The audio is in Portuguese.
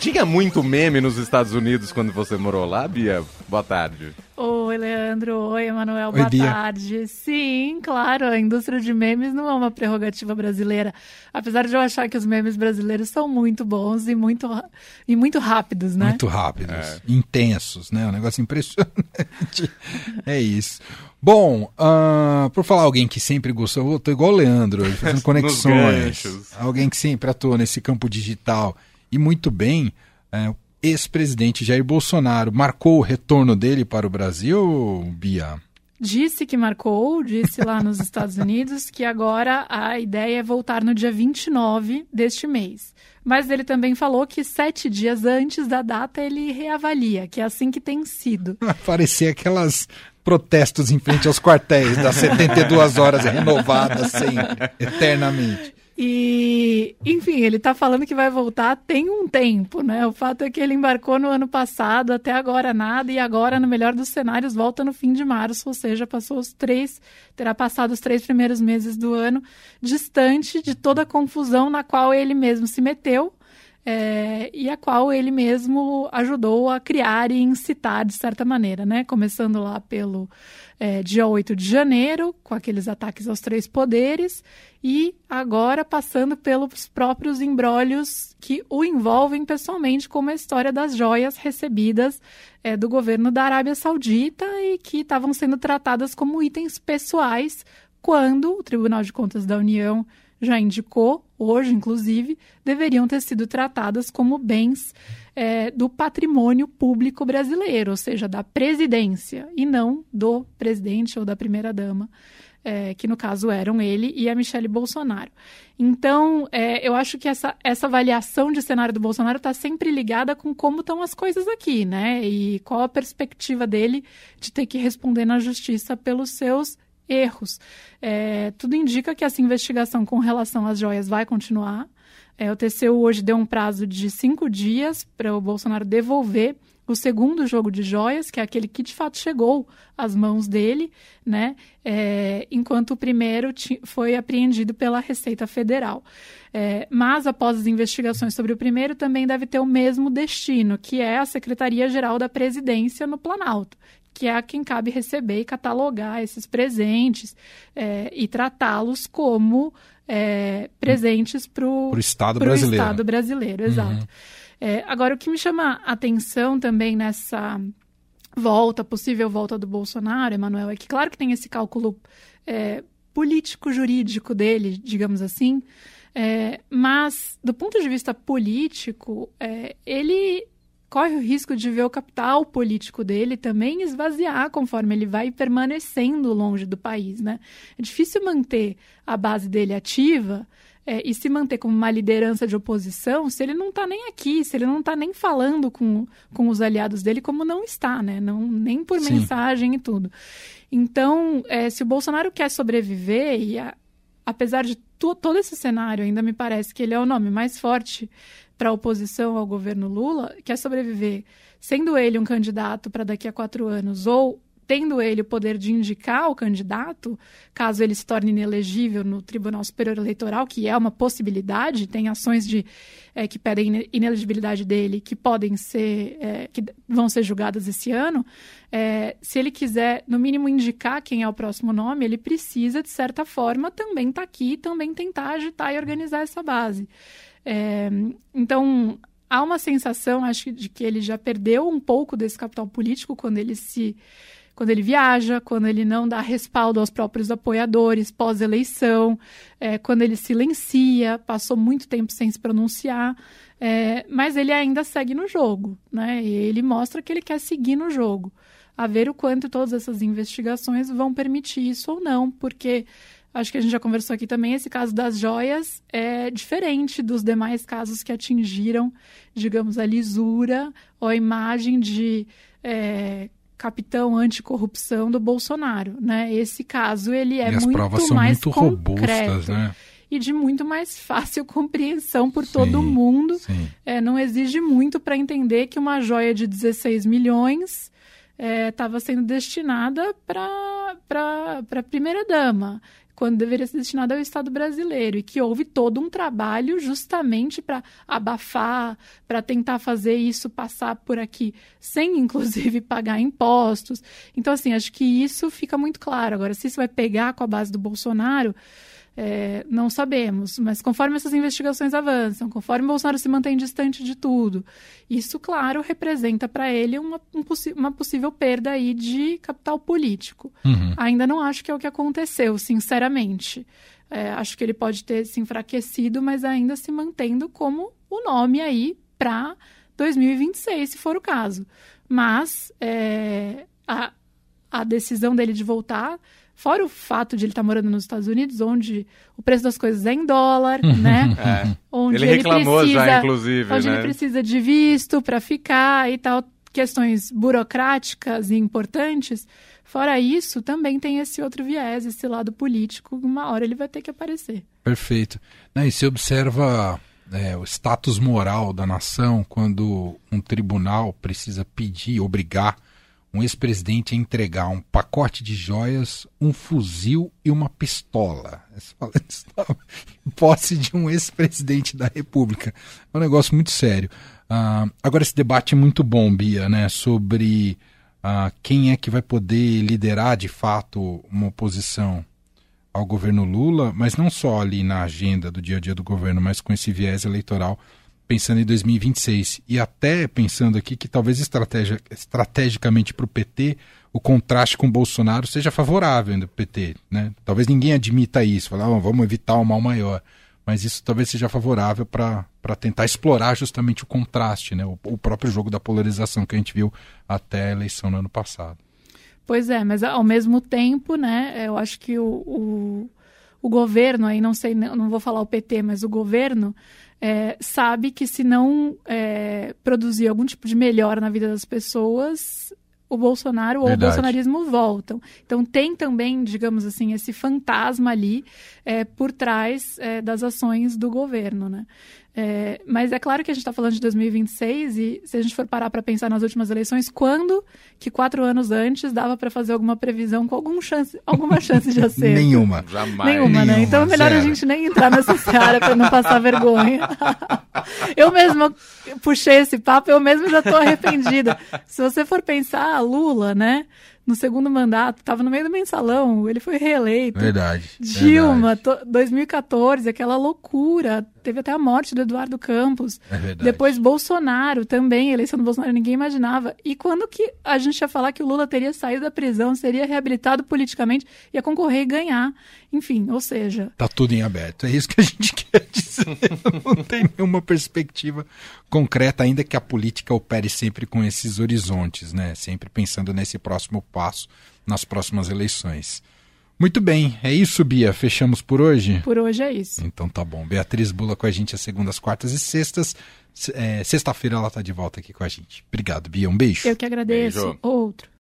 Tinha muito meme nos Estados Unidos quando você morou lá, Bia? Boa tarde. Oi, Leandro. Oi, Emanuel. Oi, Boa Bia. tarde. Sim, claro, a indústria de memes não é uma prerrogativa brasileira. Apesar de eu achar que os memes brasileiros são muito bons e muito rápidos, né? Muito rápidos, intensos, né? Um negócio impressionante. É isso. Bom, por falar alguém que sempre gostou, eu tô igual o Leandro, fazendo conexões. Alguém que sempre atuou nesse campo digital e muito bem, o ex-presidente Jair Bolsonaro marcou o retorno dele para o Brasil, Bia? Disse que marcou, disse lá nos Estados Unidos que agora a ideia é voltar no dia 29 deste mês. Mas ele também falou que 7 dias antes da data ele reavalia, que é assim que tem sido. Parecia aquelas protestos em frente aos quartéis das 72 horas renovadas sempre, eternamente. E, enfim, ele está falando que vai voltar tem um tempo, né? O fato é que ele embarcou no ano passado, até agora nada, e agora, no melhor dos cenários, volta no fim de março, ou seja, terá passado os 3 primeiros meses do ano distante de toda a confusão na qual ele mesmo se meteu, e a qual ele mesmo ajudou a criar e incitar, de certa maneira, né? Começando lá pelo dia 8 de janeiro, com aqueles ataques aos 3 poderes, e agora passando pelos próprios imbrólios que o envolvem pessoalmente, como a história das joias recebidas do governo da Arábia Saudita e que estavam sendo tratadas como itens pessoais, quando o Tribunal de Contas da União já indicou, hoje inclusive, deveriam ter sido tratadas como bens do patrimônio público brasileiro, ou seja, da presidência, e não do presidente ou da primeira-dama, que no caso eram ele e a Michelle Bolsonaro. Então, eu acho que essa avaliação de cenário do Bolsonaro está sempre ligada com como estão as coisas aqui, né? E qual a perspectiva dele de ter que responder na justiça pelos seus erros. Tudo indica que essa investigação com relação às joias vai continuar. O TCU hoje deu um prazo de 5 dias para o Bolsonaro devolver o segundo jogo de joias, que é aquele que de fato chegou às mãos dele, né? Enquanto o primeiro foi apreendido pela Receita Federal. Mas, após as investigações sobre o primeiro, também deve ter o mesmo destino, que é a Secretaria-Geral da Presidência no Planalto, que é a quem cabe receber e catalogar esses presentes e tratá-los como presentes para o Estado brasileiro. Estado brasileiro, exato. Agora, o que me chama a atenção também nessa possível volta do Bolsonaro, Emanuel, é que claro que tem esse cálculo político-jurídico dele, digamos assim, mas do ponto de vista político, ele corre o risco de ver o capital político dele também esvaziar conforme ele vai permanecendo longe do país, né? É difícil manter a base dele ativa e se manter como uma liderança de oposição se ele não está nem aqui, se ele não está nem falando com os aliados dele, como não está, né? Nem por mensagem e tudo. Então, se o Bolsonaro quer sobreviver, e apesar de todo esse cenário, ainda me parece que ele é o nome mais forte para a oposição ao governo Lula, quer sobreviver sendo ele um candidato para daqui a 4 anos ou tendo ele o poder de indicar o candidato, caso ele se torne inelegível no Tribunal Superior Eleitoral, que é uma possibilidade, tem ações que pedem inelegibilidade dele, que podem ser, que vão ser julgadas esse ano. Se ele quiser, no mínimo, indicar quem é o próximo nome, ele precisa, de certa forma, também estar aqui, também tentar agitar e organizar essa base. Então, há uma sensação, acho, de que ele já perdeu um pouco desse capital político quando ele viaja, quando ele não dá respaldo aos próprios apoiadores pós-eleição, quando ele silencia, passou muito tempo sem se pronunciar, mas ele ainda segue no jogo, né? E ele mostra que ele quer seguir no jogo, a ver o quanto todas essas investigações vão permitir isso ou não, porque acho que a gente já conversou aqui também, esse caso das joias é diferente dos demais casos que atingiram, digamos, a lisura ou a imagem de capitão anticorrupção do Bolsonaro, né? Esse caso, ele é muito mais muito concreto, robustas, né? E de muito mais fácil compreensão por todo mundo. Não exige muito para entender que uma joia de 16 milhões estava sendo destinada para a primeira-dama. quando deveria ser destinado ao Estado brasileiro, e que houve todo um trabalho justamente para abafar, para tentar fazer isso passar por aqui, sem inclusive pagar impostos. Então, assim, acho que isso fica muito claro. Agora, se isso vai pegar com a base do Bolsonaro, não sabemos, mas conforme essas investigações avançam, conforme o Bolsonaro se mantém distante de tudo, isso, claro, representa para ele uma possível perda aí de capital político. Ainda não acho que é o que aconteceu, sinceramente. Acho que ele pode ter se enfraquecido, mas ainda se mantendo como o nome aí para 2026, se for o caso. Mas a decisão dele de voltar, fora o fato de ele estar morando nos Estados Unidos, onde o preço das coisas é em dólar, né? Onde ele reclamou já, inclusive, onde né? ele precisa de visto para ficar e tal, questões burocráticas e importantes. Fora isso, também tem esse outro viés, esse lado político, uma hora ele vai ter que aparecer. Perfeito. E você observa o status moral da nação quando um tribunal precisa pedir, obrigar um ex-presidente a entregar um pacote de joias, um fuzil e uma pistola. Você fala, está em posse de um ex-presidente da República. É um negócio muito sério. Agora, esse debate é muito bom, Bia, né, sobre quem é que vai poder liderar, de fato, uma oposição ao governo Lula, mas não só ali na agenda do dia a dia do governo, mas com esse viés eleitoral, pensando em 2026, e até pensando aqui que talvez estrategicamente para o PT, o contraste com o Bolsonaro seja favorável ainda para o PT, né? Talvez ninguém admita isso, falar, vamos evitar um mal maior, mas isso talvez seja favorável para tentar explorar justamente o contraste, né? O próprio jogo da polarização que a gente viu até a eleição no ano passado. Pois é, mas ao mesmo tempo, né, eu acho que o governo, aí não sei, não vou falar o PT, mas o governo sabe que se não produzir algum tipo de melhora na vida das pessoas, o Bolsonaro ou o bolsonarismo voltam. Então tem também, digamos assim, esse fantasma ali por trás das ações do governo, né? Mas é claro que a gente está falando de 2026 e se a gente for parar para pensar nas últimas eleições, quando que 4 anos antes dava para fazer alguma previsão com alguma chance de acerto? Nenhuma. Jamais. Nenhuma, né? Então é melhor a gente nem entrar nessa seara para não passar vergonha. Eu mesma puxei esse papo, eu mesma já estou arrependida. Se você for pensar, Lula, né? No segundo mandato, estava no meio do mensalão, ele foi reeleito. Verdade. Dilma, 2014, aquela loucura. Teve até a morte do Eduardo Campos. É verdade. Depois Bolsonaro também, a eleição do Bolsonaro, ninguém imaginava. E quando que a gente ia falar que o Lula teria saído da prisão, seria reabilitado politicamente, ia concorrer e ganhar. Enfim, ou seja... Tá tudo em aberto, é isso que a gente quer dizer. Não tem nenhuma perspectiva concreta, ainda que a política opere sempre com esses horizontes, né? Sempre pensando nesse próximo passo, nas próximas eleições. Muito bem, é isso, Bia. Fechamos por hoje? Por hoje é isso. Então tá bom. Beatriz Bula com a gente às segundas, quartas e sextas. Sexta-feira ela tá de volta aqui com a gente. Obrigado, Bia. Um beijo. Eu que agradeço. Beijo. Outro.